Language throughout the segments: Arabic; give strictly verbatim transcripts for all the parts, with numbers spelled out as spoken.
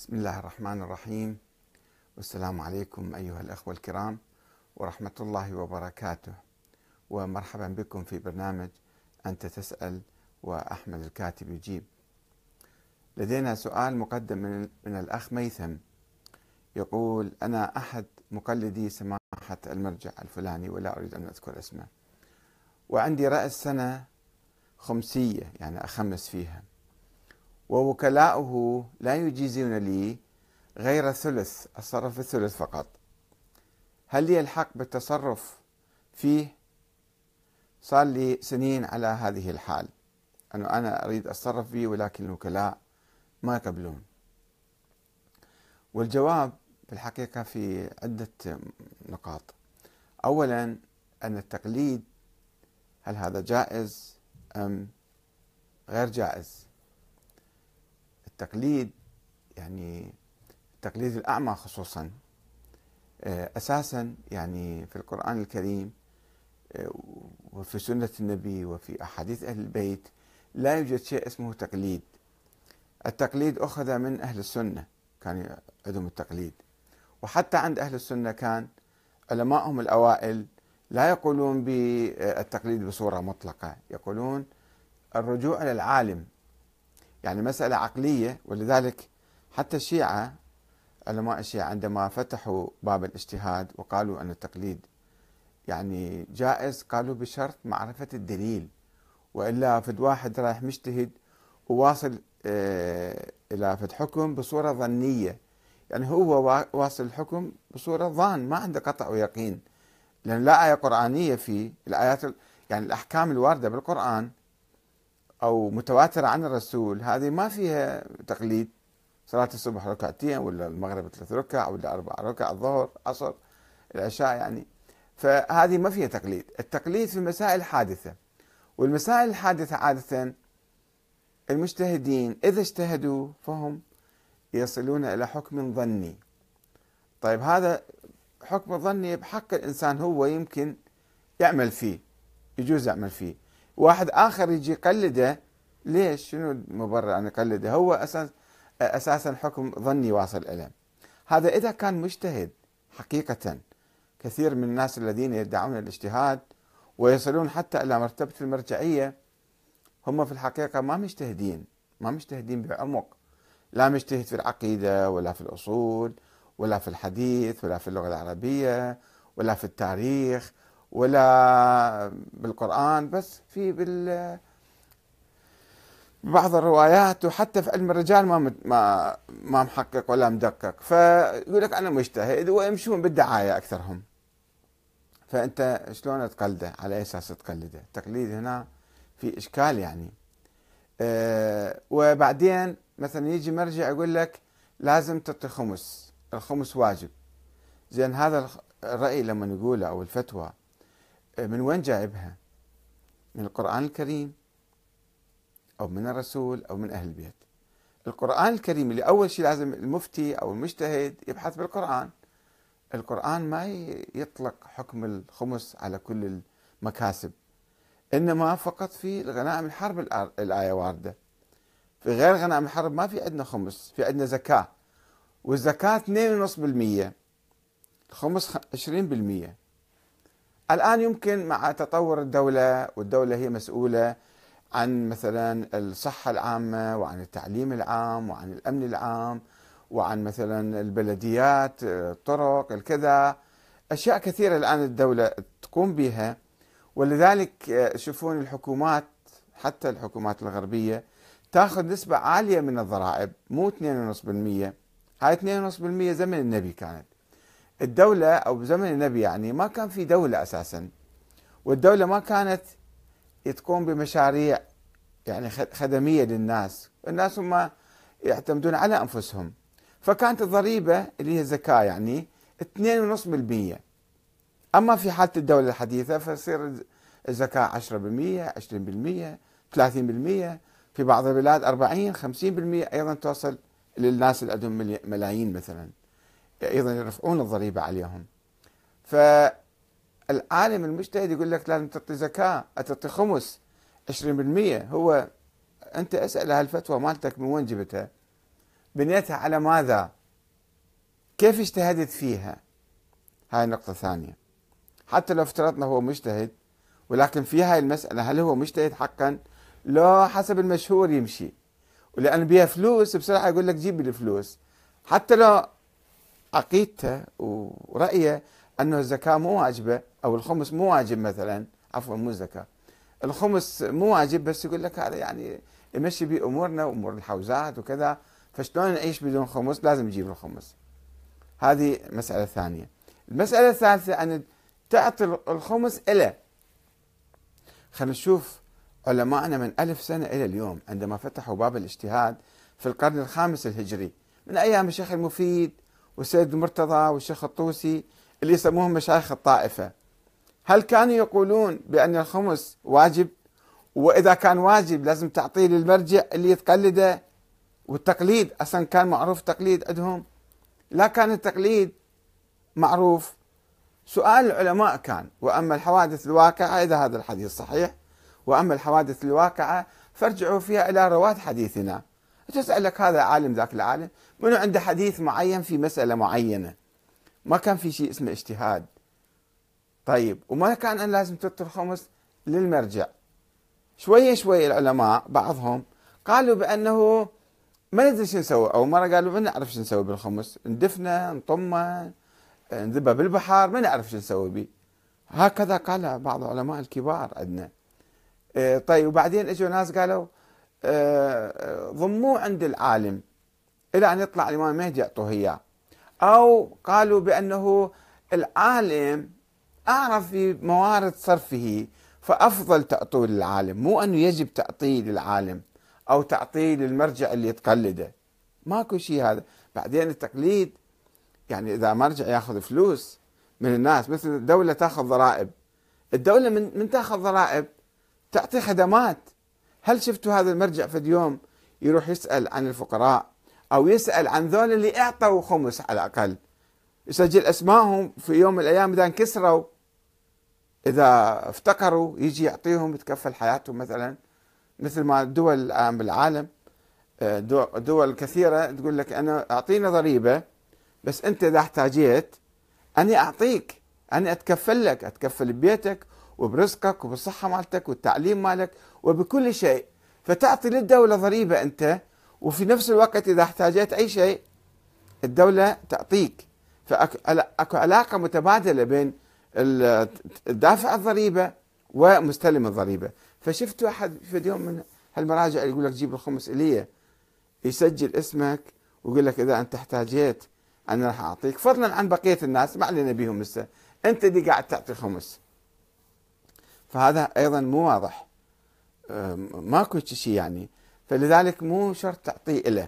بسم الله الرحمن الرحيم، والسلام عليكم أيها الأخوة الكرام ورحمة الله وبركاته، ومرحبا بكم في برنامج أنت تسأل وأحمد الكاتب يجيب. لدينا سؤال مقدم من, من الأخ ميثم، يقول: أنا أحد مقلدي سماحة المرجع الفلاني ولا أريد أن أذكر اسمه، وعندي رأس سنة خمسية يعني أخمس فيها، ووكلاؤه لا يجيزون لي غير الثلث، الصرف الثلث فقط. هل لي الحق بالتصرف فيه؟ صار لي سنين على هذه الحال، أنه أنا أريد أتصرف فيه ولكن الوكلاء ما يقبلون. والجواب في الحقيقة في عدة نقاط. أولا، أن التقليد هل هذا جائز أم غير جائز؟ التقليد يعني التقليد الأعمى خصوصا أساسا يعني في القرآن الكريم وفي سنة النبي وفي أحاديث أهل البيت لا يوجد شيء اسمه تقليد. التقليد أخذ من أهل السنة، كان عندهم التقليد، وحتى عند أهل السنة كان علماءهم الأوائل لا يقولون بالتقليد بصورة مطلقة، يقولون الرجوع إلى العالم، يعني مسألة عقلية. ولذلك حتى الشيعة، علماء الشيعة عندما فتحوا باب الاجتهاد وقالوا أن التقليد يعني جائز، قالوا بشرط معرفة الدليل، وإلا فد واحد رايح مجتهد وواصل إلى فد حكم بصورة ظنية، يعني هو واصل الحكم بصورة ظان، ما عنده قطع ويقين، لأن لا آية قرآنية في الآيات، يعني الأحكام الواردة بالقرآن أو متواترة عن الرسول هذه ما فيها تقليد. صلاة الصبح ركعتين، ولا المغرب ثلاث ركع، ولا أربع ركع، الظهر عصر العشاء، يعني فهذه ما فيها تقليد. التقليد في المسائل الحادثة، والمسائل الحادثة عادة المجتهدين إذا اجتهدوا فهم يصلون إلى حكم ظني. طيب هذا حكم ظني بحق الإنسان، هو يمكن يعمل فيه، يجوز يعمل فيه، واحد آخر يجي يقلده. ليش؟ شنو المبرر أن يقلده؟ هو أساس أساسا حكم ظني واصل إليه. هذا إذا كان مجتهد حقيقة. كثير من الناس الذين يدعون الاجتهاد ويصلون حتى إلى مرتبة المرجعية هم في الحقيقة ما مجتهدين، ما مجتهدين بعمق، لا مجتهد في العقيدة ولا في الأصول ولا في الحديث ولا في اللغة العربية ولا في التاريخ ولا بالقرآن، بس في بال بعض الروايات، وحتى في علم الرجال ما ما ما محقق ولا مدقق، فيقول لك انا مجتهد ويمشون بالدعايه اكثرهم. فانت شلون تقلده؟ على اي اساس تقلده؟ التقليد هنا في اشكال يعني. أه وبعدين مثلا يجي مرجع يقول لك لازم تعطي خمس، الخمس واجب. زين هذا الراي لما نقوله او الفتوى من وين جايبها؟ من القرآن الكريم أو من الرسول أو من أهل البيت؟ القرآن الكريم اللي أول شيء لازم المفتي أو المجتهد يبحث بالقرآن. القرآن ما يطلق حكم الخمس على كل المكاسب، إنما فقط في غنائم الحرب الآية واردة. في غير غنائم الحرب ما في عندنا خمس، في عندنا زكاة، والزكاة اثنين فاصلة خمسة بالمئة، الخمس عشرين بالمئة. الآن يمكن مع تطور الدولة، والدولة هي مسؤولة عن مثلا الصحة العامة وعن التعليم العام وعن الأمن العام وعن مثلا البلديات، الطرق، الكذا، أشياء كثيرة الآن الدولة تقوم بها. ولذلك تشوفون الحكومات، حتى الحكومات الغربية، تأخذ نسبة عالية من الضرائب، مو اثنين فاصلة خمسة بالمئة. هاي اثنين فاصلة خمسة بالمئة زمن النبي كانت الدولة، أو بزمن النبي يعني ما كان في دولة أساسا، والدولة ما كانت تقوم بمشاريع يعني خدمية للناس، الناس هم يعتمدون على أنفسهم. فكانت الضريبة اللي هي الزكاة يعني اثنين فاصلة خمسة بالمئة. أما في حالة الدولة الحديثة فتصير الزكاة عشرة بالمئة، عشرين بالمئة، ثلاثين بالمئة، في بعض البلاد أربعين، خمسين بالمئة أيضا توصل للناس اللي عندهم ملايين مثلا، أيضا يرفعون الضريبة عليهم. فالعالم المجتهد يقول لك لازم تعطي زكاة، تعطي خمس عشرين بالمئة. هو أنت أسأل هالفتوى مالتك من وين جبتها؟ بنيتها على ماذا؟ كيف اجتهدت فيها؟ هاي نقطة ثانية. حتى لو افترضنا هو مجتهد، ولكن في هاي المسألة هل هو مجتهد حقا؟ لا، حسب المشهور يمشي، ولأن بيها فلوس بسرعة يقول لك جيب لي الفلوس، حتى لو عقيدته ورأيه أنه الزكاة مو واجبة أو الخمس مو واجب مثلا، عفوا مو الزكاة، الخمس مو واجب، بس يقول لك هذا يعني يمشي بيه أمورنا وأمور الحوزات وكذا، فشلون نعيش بدون خمس؟ لازم نجيب الخمس. هذه مسألة ثانية. المسألة الثالثة أن تعطي الخمس إلى، خلينا نشوف علماءنا من ألف سنة إلى اليوم عندما فتحوا باب الاجتهاد في القرن الخامس الهجري، من أيام الشيخ المفيد والسيد المرتضى والشيخ الطوسي اللي يسموهم مشايخ الطائفة، هل كانوا يقولون بأن الخمس واجب؟ وإذا كان واجب لازم تعطيه للمرجع اللي يتقلده، والتقليد أصلا كان معروف تقليد عندهم؟ لا كان التقليد معروف. سؤال العلماء كان: وأما الحوادث الواقعة، إذا هذا الحديث صحيح، وأما الحوادث الواقعة فارجعوا فيها إلى رواة حديثنا. تسأل لك هذا عالم ذاك العالم منو عنده حديث معين في مسألة معينة، ما كان في شيء اسمه اجتهاد. طيب، وما كان أن لازم تعطي الخمس للمرجع. شوية شوية العلماء بعضهم قالوا بأنه ما ندري شو نسوي، أو مرة قالوا ما نعرف شو نسوي بالخمس، ندفنه نطمه نذبه بالبحر، ما نعرف شو نسوي به. هكذا قال بعض العلماء الكبار عندنا. اه طيب، وبعدين اجوا ناس قالوا اه ضموه عند العالم الى ان يطلع الامام المهدي يعطوه اياه، او قالوا بانه العالم اعرف في موارد صرفه فافضل تعطوه للعالم، مو انه يجب تعطيه للعالم او تعطيه للمرجع اللي يتقلده. ماكو شيء هذا. بعدين التقليد يعني إذا مرجع يأخذ فلوس من الناس، مثل الدولة تأخذ ضرائب، الدولة من, من تأخذ ضرائب تعطي خدمات. هل شفتوا هذا المرجع في اليوم يروح يسأل عن الفقراء أو يسأل عن ذول اللي اعطوا خمس على الأقل، يسجل أسمائهم في يوم من الأيام إذا انكسروا، إذا افتقروا يجي يعطيهم يتكفل حياتهم مثلا، مثل ما الدول الآن بالعالم دول كثيرة تقول لك أنا أعطيني ضريبة بس أنت إذا احتاجيت أنا أعطيك، أنا أتكفل لك، أتكفل ببيتك وبرزقك وبالصحة مالتك والتعليم مالك وبكل شيء. فتعطي للدولة ضريبة أنت، وفي نفس الوقت إذا احتاجت أي شيء الدولة تعطيك. فأكو علاقة متبادلة بين دافع الضريبة ومستلم الضريبة. فشفتوا أحد في يوم من هالمراجع يقول لك جيب الخمس إليه، يسجل اسمك ويقول لك إذا أنت احتاجيت أنا راح أعطيك، فضلا عن بقية الناس ما علينا بيهم لسه، أنت اللي قاعد تعطي خمس. فهذا أيضا مو واضح، ماكو شيء يعني، فلذلك مو شرط تعطيه له.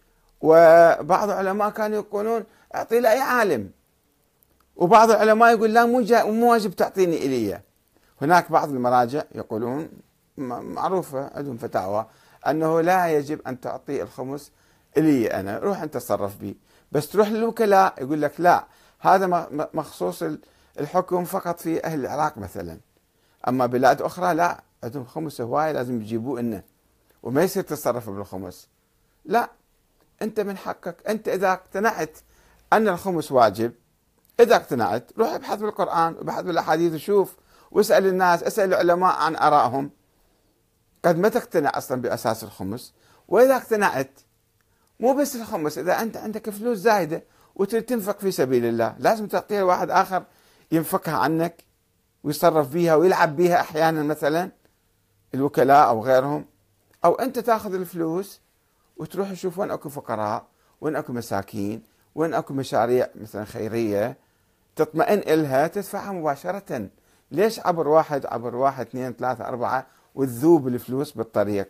وبعض العلماء كانوا يقولون أعطيه لأي عالم، وبعض العلماء يقول لا، مو مو واجب تعطيني إليه. هناك بعض المراجع يقولون معروفة عندهم فتاوى أنه لا يجب أن تعطي الخمس إلي أنا، روح أنت تصرف به. بس تروح للوكلاء يقول لك لا، هذا مخصوص الحكم فقط في أهل العراق مثلا، أما بلاد أخرى لا، عندهم خمس هواية لازم يجيبوه إنه، وما يصير تتصرف بالخمس. لا، أنت من حقك، أنت إذا اقتنعت أن الخمس واجب، إذا اقتنعت روح ابحث بالقرآن وابحث بالأحاديث وشوف، واسأل الناس، اسأل العلماء عن آرائهم، قد ما تقتنع أصلا بأساس الخمس. وإذا اقتنعت مو بس الخمس، إذا أنت عندك فلوس زايدة وتريد تنفق في سبيل الله لازم تعطيها لواحد آخر ينفقها عنك ويصرف بيها ويلعب بيها أحيانا، مثلا الوكلاء أو غيرهم. أو أنت تأخذ الفلوس وتروح تشوف وين أكو فقراء، وين أكو مساكين، وين أكو مشاريع مثلا خيرية تطمئن إلها تدفعها مباشرة. ليش عبر واحد عبر واحد اثنين ثلاثة أربعة وتذوب الفلوس بالطريق؟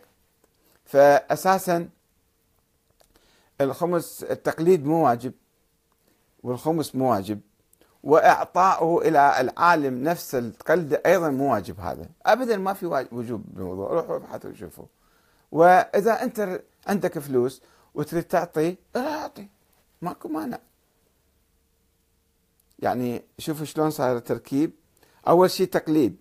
فأساسا الخمس التقليد مو واجب، والخمس مو واجب، وإعطاؤه إلى العالم نفس التقلد أيضا مو واجب. هذا أبدا ما في وجوب بالموضوع، روحوا ابحثوا وشوفوا. وإذا أنت عندك فلوس وتريد تعطي اعطي، ماكو مانع. يعني شوفوا شلون صار التركيب. أول شيء تقليد،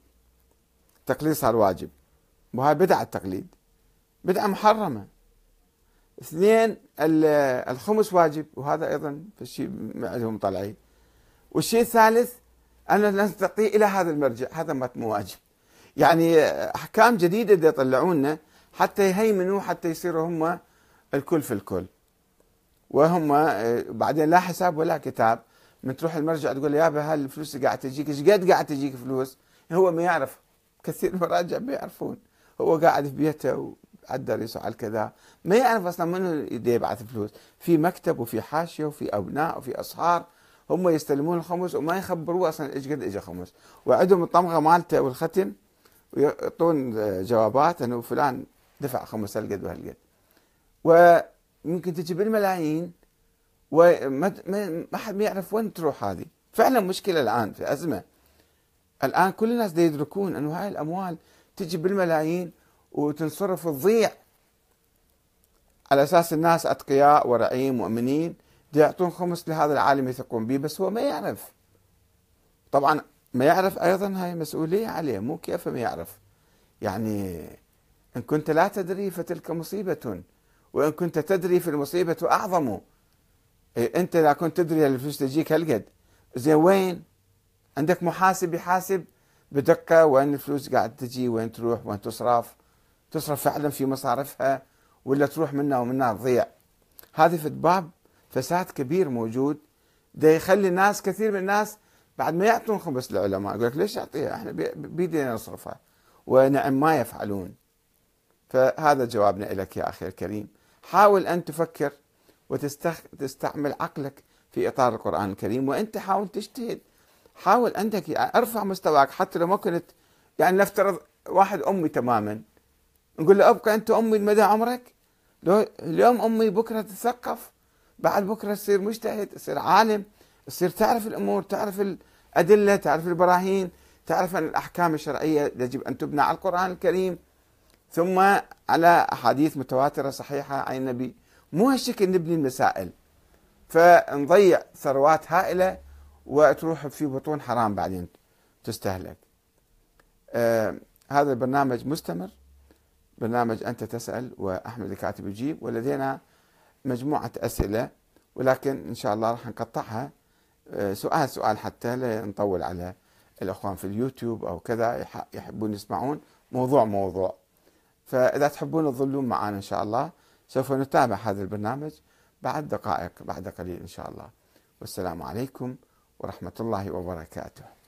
تقليد صار واجب، وهاي بدعة التقليد، بدعة محرمة. اثنين، الخمس واجب، وهذا أيضا في الشيء عندهم طلعي. والشيء الثالث أن نستطيع إلى هذا المرجع، هذا ما مو واجب. يعني أحكام جديدة دا يطلعونا حتى يهيمنوا، حتى يصيروا هم الكل في الكل، وهم بعدين لا حساب ولا كتاب. من تروح المرجع تقول يابا هالفلوس قاعد تجيك، ايش قد قاعد تجيك فلوس؟ هو ما يعرف، كثير مراجع ما يعرفون، هو قاعد في بيته وعدى يسوع كذا، ما يعرف اصلا منو يبعث فلوس. في مكتب وفي حاشيه وفي ابناء وفي اصهار، هم يستلمون الخمس وما يخبروه اصلا ايش قد اجى خمس، وعندهم الطمغه مالته والختم، ويعطون جوابات انه فلان دفع خمس هالقد وهالقد، ويمكن تجي بالملايين وما ما حد يعرف وين تروح. هذه فعلا مشكله الان، في ازمه الان. كل الناس دا يدركون انه هاي الاموال تجي بالملايين وتنصرف وتضيع على اساس الناس اتقياء ورعيم مؤمنين يعطون خمس لهذا العالم يثقون به، بس هو ما يعرف. طبعا ما يعرف ايضا هاي مسؤوليه عليه، مو كيف ما يعرف. يعني ان كنت لا تدري فتلك مصيبه، وان كنت تدري فالمصيبه اعظم. إيه انت لا كنت تدري الفلوس تجيك هالقد، زين وين؟ عندك محاسب يحاسب بدقه وين الفلوس قاعد تجي، وين تروح، وين تصرف، تصرف فعلا في مصارفها ولا تروح منا ومنا تضيع. هذه في باب فساد كبير موجود، ده يخلي الناس، كثير من الناس بعد ما يعطون خمس للعلماء يقول لك ليش اعطيها، احنا بيدنا نصرفها، ونعم ما يفعلون. فهذا جوابنا لك يا اخي الكريم. حاول ان تفكر وتستعمل عقلك في اطار القرآن الكريم، وانت حاول تجتهد، حاول عندك يعني ارفع مستواك. حتى لو ما كنت، يعني نفترض واحد امي تماما، نقول له ابقى انت امي لمدى عمرك، لو اليوم امي بكره تتثقف، بعد بكره تصير مجتهد، تصير عالم، تصير تعرف الامور، تعرف الادله، تعرف البراهين، تعرف ان الاحكام الشرعيه يجب ان تبنى على القران الكريم ثم على احاديث متواتره صحيحه عن النبي. مو هالشكل نبني المسائل، فنضيع ثروات هائله وتروح في بطون حرام بعدين تستهلك. آه هذا البرنامج مستمر، برنامج أنت تسأل وأحمد الكاتب يجيب، ولدينا مجموعة أسئلة، ولكن إن شاء الله راح نقطعها سؤال سؤال حتى لا نطول على الأخوان في اليوتيوب أو كذا يحبون يسمعون موضوع موضوع. فإذا تحبون تظلون معنا إن شاء الله، سوف نتابع هذا البرنامج بعد دقائق، بعد قليل إن شاء الله. والسلام عليكم ورحمة الله وبركاته.